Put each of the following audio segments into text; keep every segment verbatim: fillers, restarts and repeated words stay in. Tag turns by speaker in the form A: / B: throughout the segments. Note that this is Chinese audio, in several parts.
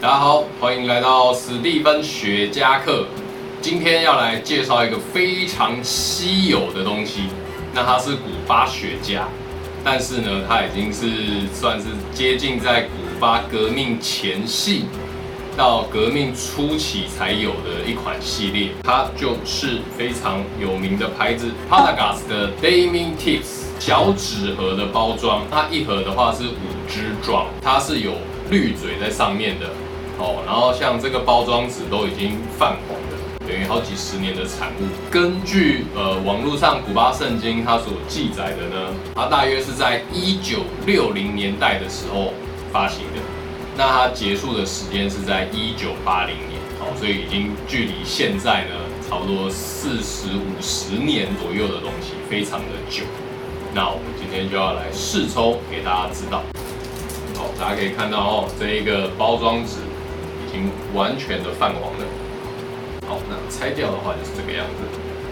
A: 大家好，欢迎来到史蒂芬雪茄课。今天要来介绍一个非常稀有的东西，那它是古巴雪茄，但是呢，它已经是算是接近在古巴革命前夕到革命初期才有的一款系列，它就是非常有名的牌子 Patagas 的 Diamond Tips 小纸盒的包装。它一盒的话是五支装，它是有滤嘴在上面的哦。然后像这个包装纸都已经泛黄了，等于好几十年的产物。根据呃网络上古巴圣经它所记载的呢，它大约是在一九六零年代的时候发行的。那它结束的时间是在一九八零年，哦，所以已经距离现在呢差不多四十五十年左右的东西，非常的久。那我们今天就要来试抽给大家知道。好，大家可以看到哦，这一个包装纸已经完全的泛黄了。好，那拆掉的话就是这个样子。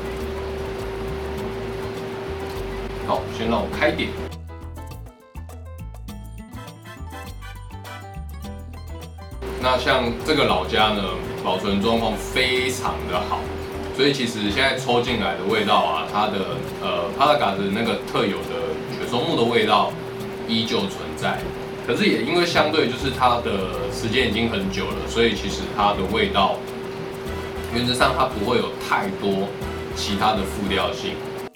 A: 好，先让我开点。那像这个老家呢，保存状况非常的好，所以其实现在抽进来的味道啊，它的呃 Patagas 的那个特有的雪松木的味道依旧存在。可是也因为相对就是它的时间已经很久了，所以其实它的味道原则上它不会有太多其他的副调性。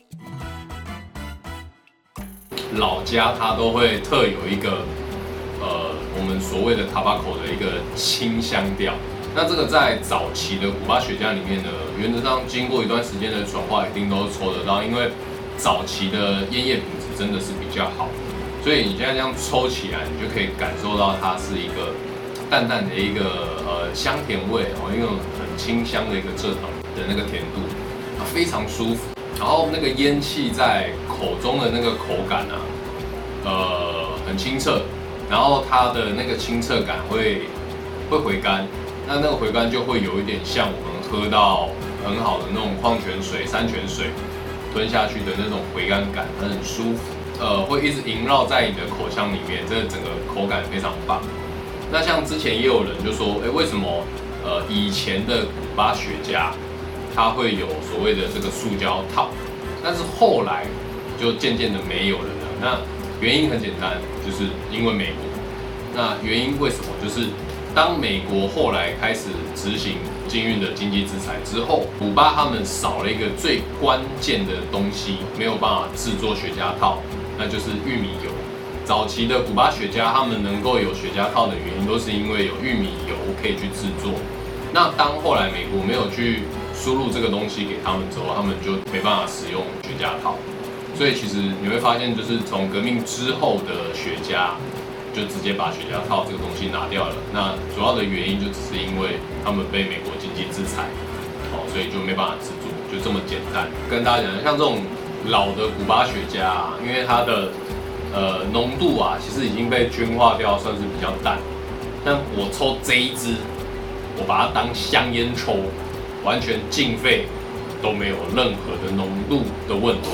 A: 老家它都会特有一个呃。我们所谓的 Tobacco 的一个清香调，那这个在早期的古巴雪茄里面呢，原则上经过一段时间的转化，一定都抽得到，因为早期的烟叶品质真的是比较好，所以你现在这样抽起来，你就可以感受到它是一个淡淡的一个呃香甜味哦，一种很清香的一个蔗糖的那个甜度，它非常舒服，然后那个烟气在口中的那个口感啊，呃很清澈。然后它的那个清澈感会会回甘，那那个回甘就会有一点像我们喝到很好的那种矿泉水、山泉水吞下去的那种回甘感，很舒服，呃，会一直萦绕在你的口腔里面，这个整个口感非常棒。那像之前也有人就说，哎，为什么呃以前的古巴雪茄它会有所谓的这个塑胶套，但是后来就渐渐的没有了呢？那原因很简单，就是因为美国。那原因为什么？就是当美国后来开始执行禁运的经济制裁之后，古巴他们少了一个最关键的东西，没有办法制作雪茄套，那就是玉米油。早期的古巴雪茄，他们能够有雪茄套的原因，都是因为有玉米油可以去制作。那当后来美国没有去输入这个东西给他们之后，他们就没办法使用雪茄套。所以其实你会发现，就是从革命之后的雪茄，就直接把雪茄套这个东西拿掉了。那主要的原因就只是因为他们被美国经济制裁，哦，所以就没办法制作，就这么简单。跟大家讲，像这种老的古巴雪茄啊，因为它的呃浓度啊，其实已经被均化掉，算是比较淡。但我抽这一支，我把它当香烟抽，完全进肺都没有任何的浓度的问题。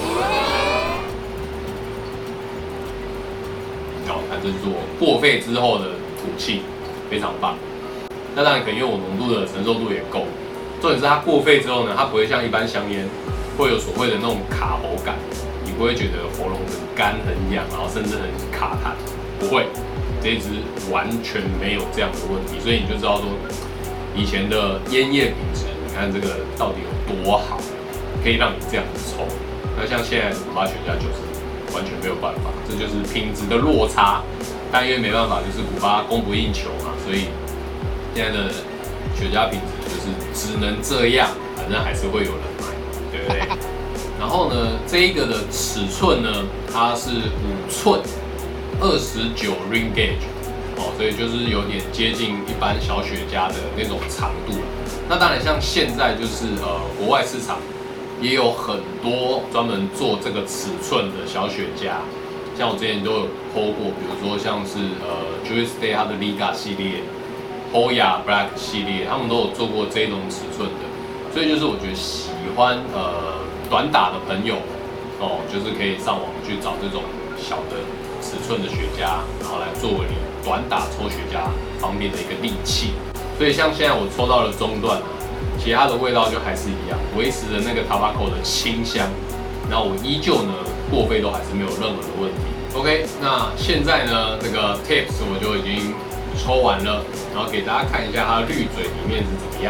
A: 好，看这是我过肺之后的吐气，非常棒。那当然可能因为我浓度的承受度也够，重点是它过肺之后呢，它不会像一般香烟会有所谓的那种卡喉感，你不会觉得喉咙很干很痒，然后甚至很卡痰，不会，这一支完全没有这样的问题，所以你就知道说以前的烟叶品质，你看这个到底有多好，可以让你这样子抽。那像现在的古巴雪茄就是完全没有办法，这就是品质的落差。但因为没办法，就是古巴供不应求嘛，所以现在的雪茄品质就是只能这样，反正还是会有人买，对不对？然后呢，这一个的尺寸呢，它是五寸，二十九 ring gauge， 哦，所以就是有点接近一般小雪茄的那种长度。那当然，像现在就是呃国外市场。也有很多专门做这个尺寸的小雪茄，像我之前都有 po 过，比如说像是呃 Jewish Day 它的 Liga 系列、Hoya Black 系列，他们都有做过这种尺寸的，所以就是我觉得喜欢呃短打的朋友哦，就是可以上网去找这种小的尺尺寸的雪茄，然后来作为你短打抽雪茄方面的一个利器。所以像现在我抽到了中段啊，其实它的味道就还是一样，维持了那个 tobacco 的清香，然后我依旧呢过肺都还是没有任何的问题。OK， 那现在呢这个 tips 我就已经抽完了，然后给大家看一下它的滤嘴里面是怎么样。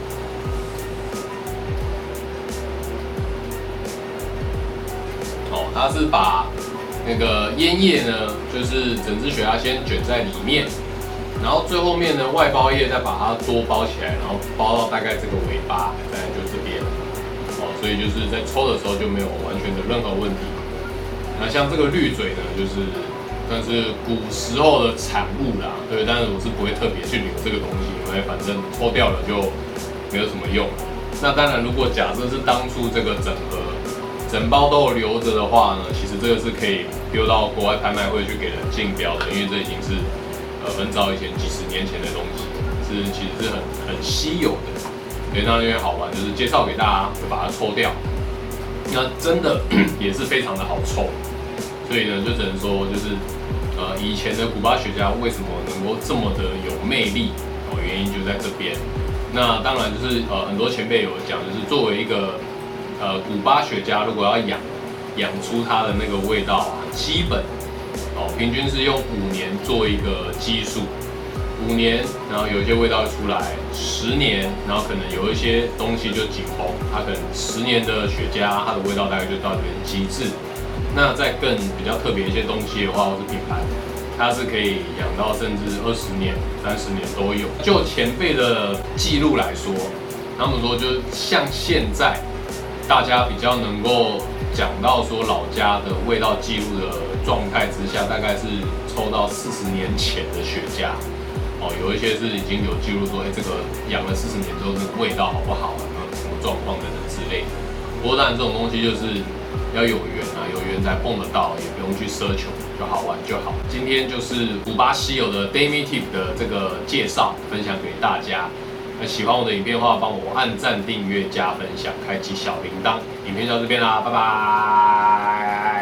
A: 哦，它是把那个烟叶呢，就是整支雪茄先卷在里面。然后最后面呢，外包叶再把它多包起来，然后包到大概这个尾巴，大概就这边，哦，所以就是在抽的时候就没有完全的任何问题。那像这个滤嘴呢，就是算是古时候的产物啦，对，但是我是不会特别去留这个东西，因为反正抽掉了就没有什么用。那当然，如果假设是当初这个整盒整包都有留着的话呢，其实这个是可以丢到国外拍卖会去给人竞标的，因为这已经是。呃，很早以前几十年前的东西，是其实是很很稀有的，所以那因为好玩，就是介绍给大家，就把它抽掉。那真的也是非常的好抽，所以呢，就只能说就是呃，以前的古巴雪茄为什么能够这么的有魅力，哦，原因就在这边。那当然就是呃，很多前辈有讲，就是作为一个呃古巴雪茄，如果要养养出它的那个味道啊，基本。哦，平均是用五年做一个基数，五年，然后有一些味道会出来，十年，然后可能有一些东西就紧绷，它可能十年的雪茄，它的味道大概就到这边极致。那再更比较特别一些东西的话，或是品牌，它是可以养到甚至二十年、三十年都有。就前辈的记录来说，他们说就像现在大家比较能够讲到说老家的味道记录的状态之下，大概是抽到四十年前的雪茄，哦，有一些是已经有记录说，哎、欸，这个养了四十年之后，那个味道好不好啊？什么状况等等之类的。不过当然这种东西就是要有缘啊，有缘才碰得到，也不用去奢求，就好玩就好。今天就是古巴稀有的 Demi Tip 的这个介绍，分享给大家。那喜欢我的影片的话，帮我按赞、订阅、加分享、开启小铃铛。影片就到这边啦，拜拜。